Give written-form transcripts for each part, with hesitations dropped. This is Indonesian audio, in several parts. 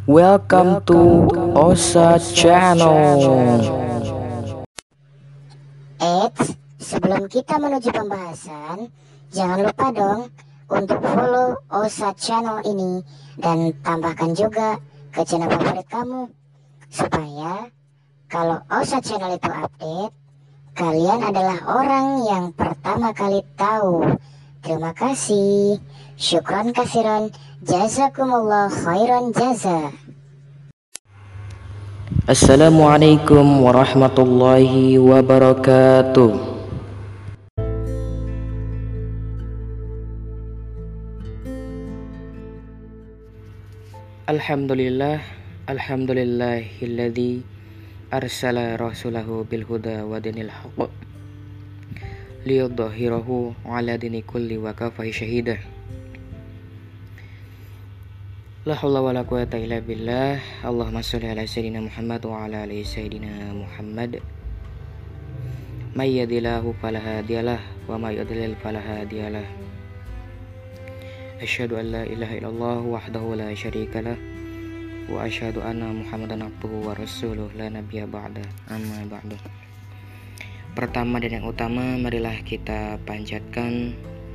Welcome to Osa Channel. Sebelum kita menuju pembahasan, jangan lupa dong untuk follow Osa Channel ini dan tambahkan juga ke channel favorit kamu, supaya kalau Osa Channel itu update, kalian adalah orang yang pertama kali tahu. Terima kasih. Syukran kasiran. Jazakumullah khairan jaza. Assalamualaikum warahmatullahi wabarakatuh. Alhamdulillahilladzi arsala rasulahu bil huda wa dinil haqq liyudhhirahu 'ala dini kulli wa kafa syahida. La haula wala quwata illa billah. Allahumma shalli ala sayyidina Muhammad wa ala ali sayyidina Muhammad. May yahdihillahu fala hadiyalah wa may yudlil fala hadiyalah. Asyhadu an la ilaha illallah wahdahu la syarikalah wa asyhadu anna Muhammadan abduhu wa rasuluh la nabiyya ba'da. Amma ba'du. Pertama dan yang utama, marilah kita panjatkan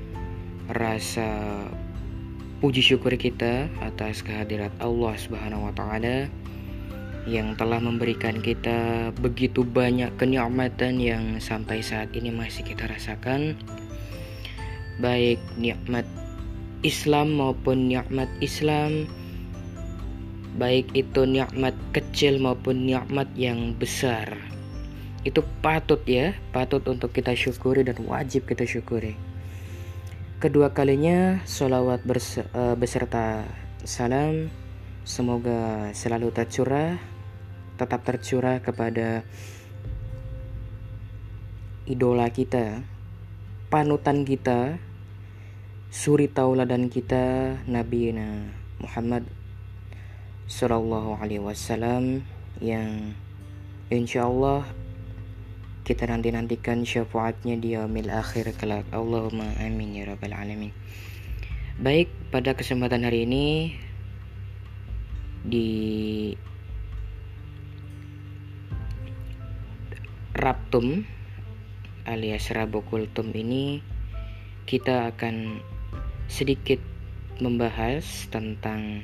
rasa puji syukur kita atas kehadirat Allah Subhanahu wa taala yang telah memberikan kita begitu banyak kenikmatan yang sampai saat ini masih kita rasakan, baik nikmat Islam maupun nikmat Islam, baik itu nikmat kecil maupun nikmat yang besar. Itu patut untuk kita syukuri dan wajib kita syukuri. Kedua kalinya sholawat beserta salam semoga selalu tetap tercurah kepada idola kita, panutan kita, suri tauladan kita, Nabi Muhammad Sallallahu Alaihi Wasallam, yang insyaallah kita nantikan syafaatnya di yaumil akhir kelak. Allahumma amin ya rabbal alamin. Baik, pada kesempatan hari ini di Raptum alias Rabu Kultum ini kita akan sedikit membahas tentang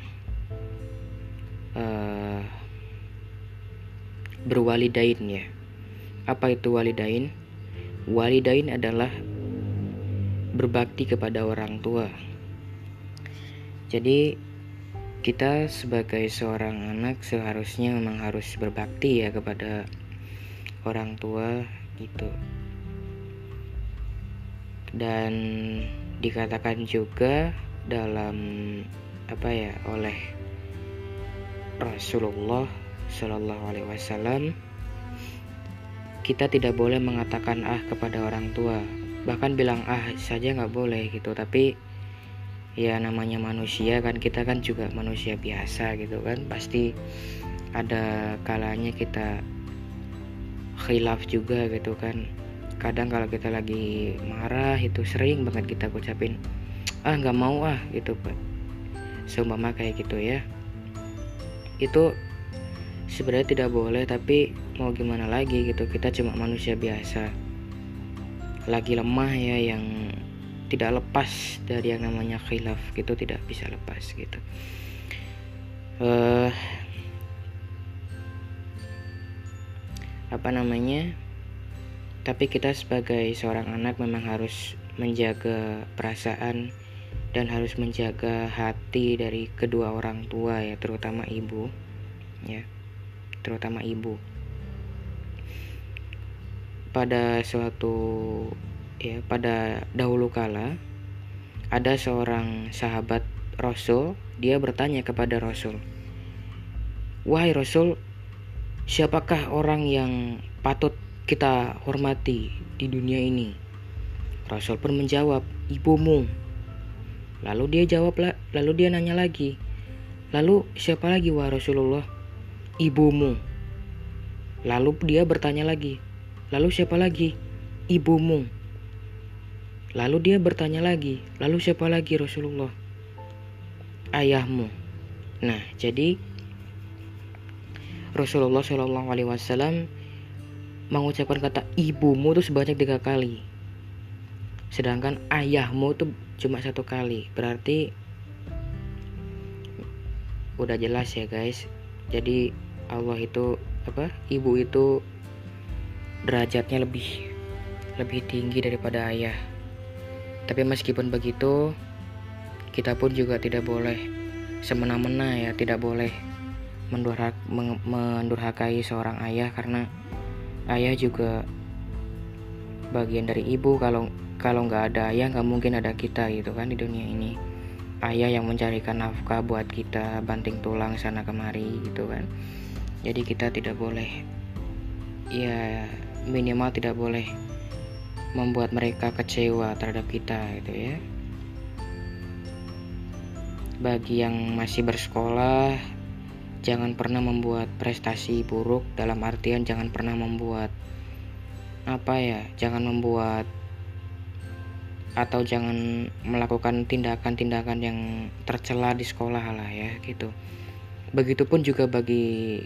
berwalidain ya. Apa itu walidain? Walidain adalah berbakti kepada orang tua. Jadi kita sebagai seorang anak seharusnya memang harus berbakti ya kepada orang tua gitu. Dan dikatakan juga dalam oleh Rasulullah Sallallahu Alaihi Wasallam, kita tidak boleh mengatakan kepada orang tua, bahkan bilang saja nggak boleh gitu. Tapi ya namanya manusia kan, kita kan juga manusia biasa gitu kan, pasti ada kalanya kita khilaf juga gitu kan. Kadang kalau kita lagi marah itu sering banget kita ucapin nggak mau gitu Pak, seumpama kayak gitu ya. Itu sebenarnya tidak boleh, tapi mau gimana lagi gitu, kita cuma manusia biasa, lagi lemah ya, yang tidak lepas dari yang namanya khilaf gitu, tidak bisa lepas gitu. Tapi kita sebagai seorang anak memang harus menjaga perasaan dan harus menjaga hati dari kedua orang tua ya, terutama ibu ya, terutama ibu. Pada dahulu kala ada seorang sahabat Rasul, dia bertanya kepada Rasul, "Wahai Rasul, siapakah orang yang patut kita hormati di dunia ini?" Rasul pun menjawab, "Ibumu." Lalu dia nanya lagi, "Lalu siapa lagi wahai Rasulullah?" "Ibumu." Lalu dia bertanya lagi, "Lalu siapa lagi?" "Ibumu." Lalu dia bertanya lagi, "Lalu siapa lagi Rasulullah?" "Ayahmu." Nah, jadi Rasulullah Shallallahu Alaihi Wasallam mengucapkan kata ibumu itu sebanyak 3 kali, sedangkan ayahmu itu cuma 1 kali. Berarti udah jelas ya guys. Jadi Allah itu ibu itu derajatnya lebih tinggi daripada ayah. Tapi meskipun begitu, kita pun juga tidak boleh semena-mena ya, tidak boleh mendurhakai seorang ayah, karena ayah juga bagian dari ibu. Kalau nggak ada ayah, nggak mungkin ada kita gitu kan di dunia ini. Ayah yang mencarikan nafkah buat kita, banting tulang sana kemari gitu kan. Jadi kita tidak boleh, ya minimal tidak boleh membuat mereka kecewa terhadap kita gitu ya. Bagi yang masih bersekolah, jangan pernah membuat prestasi buruk, dalam artian jangan pernah membuat jangan membuat atau jangan melakukan tindakan-tindakan yang tercela di sekolah lah ya gitu. Begitupun juga bagi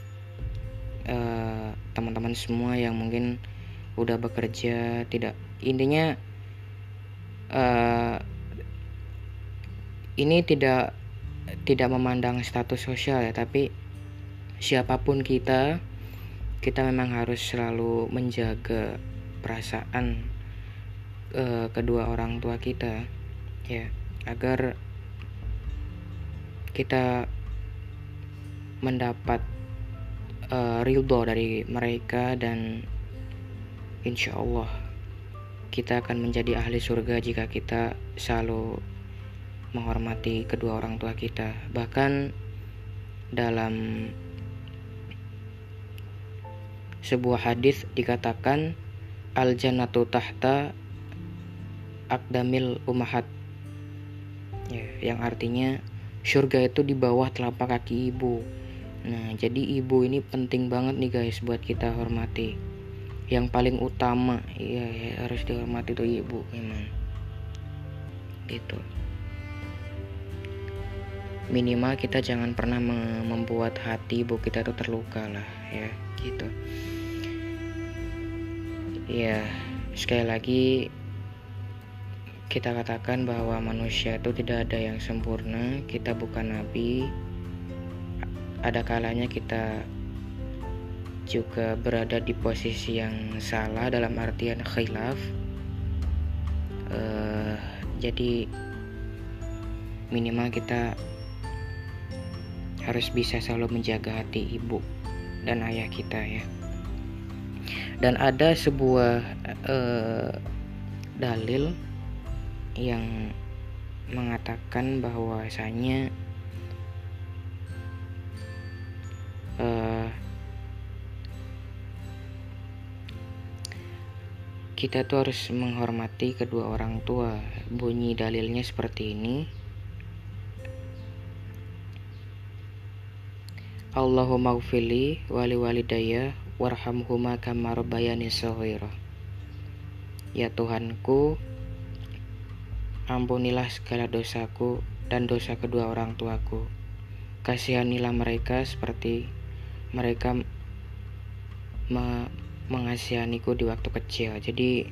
teman-teman semua yang mungkin udah bekerja, intinya ini tidak memandang status sosial ya, tapi siapapun kita memang harus selalu menjaga perasaan kedua orang tua kita ya, agar kita mendapat ridho dari mereka, dan insya Allah kita akan menjadi ahli surga jika kita selalu menghormati kedua orang tua kita. Bahkan dalam sebuah hadis dikatakan al jannatu tahta aqdamil ummahat ya, yang artinya surga itu di bawah telapak kaki ibu. Nah, jadi ibu ini penting banget nih guys buat kita hormati. Yang paling utama ya harus dihormati itu ibu memang. Gitu. Minimal kita jangan pernah membuat hati ibu kita itu terluka lah ya, gitu. Ya, sekali lagi kita katakan bahwa manusia itu tidak ada yang sempurna. Kita bukan nabi. Ada kalanya kita juga berada di posisi yang salah, dalam artian khilaf. Jadi minimal kita harus bisa selalu menjaga hati ibu dan ayah kita ya. Dan ada sebuah dalil yang mengatakan bahwasanya kita tuh harus menghormati kedua orang tua. Bunyi dalilnya seperti ini. Allahumma gfirli wali walidayya warhamhuma kama rabbayani shaghira. Ya Tuhanku, ampunilah segala dosaku dan dosa kedua orang tuaku. Kasihanilah mereka seperti mereka mengasihaniku di waktu kecil. Jadi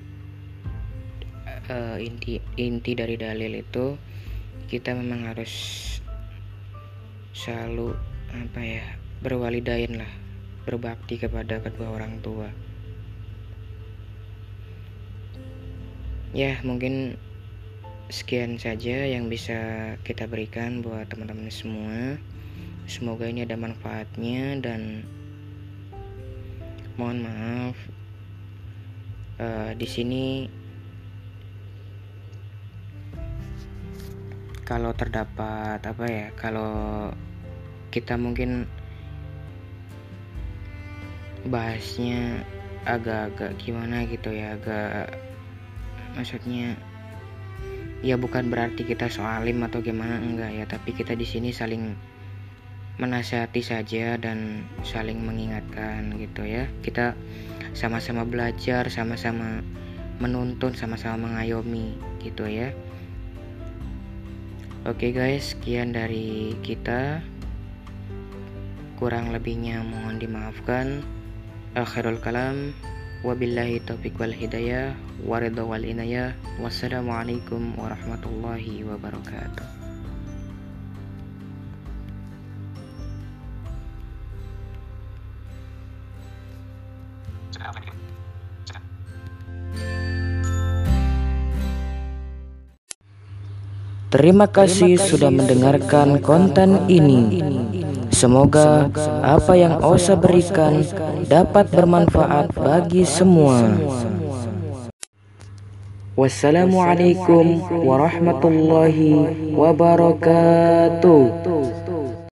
inti dari dalil itu, kita memang harus selalu berwalidain lah, berbakti kepada kedua orang tua. Ya, mungkin sekian saja yang bisa kita berikan buat teman-teman semua. Semoga ini ada manfaatnya, dan mohon maaf di sini kalau terdapat kalau kita mungkin bahasnya agak gimana gitu ya, maksudnya ya bukan berarti kita soalim atau gimana, enggak ya, tapi kita di sini saling menasihati saja dan saling mengingatkan gitu ya. Kita sama-sama belajar, sama-sama menuntun, sama-sama mengayomi gitu ya. Oke guys, sekian dari kita. kurang lebihnya mohon dimaafkan. Akhirul kalam, wabillahi taufiq wal hidayah, waridha wal inayah. Wassalamualaikum warahmatullahi wabarakatuh. Terima kasih sudah mendengarkan konten ini. Semoga apa yang Osa berikan dapat bermanfaat bagi semua. Wassalamualaikum warahmatullahi wabarakatuh.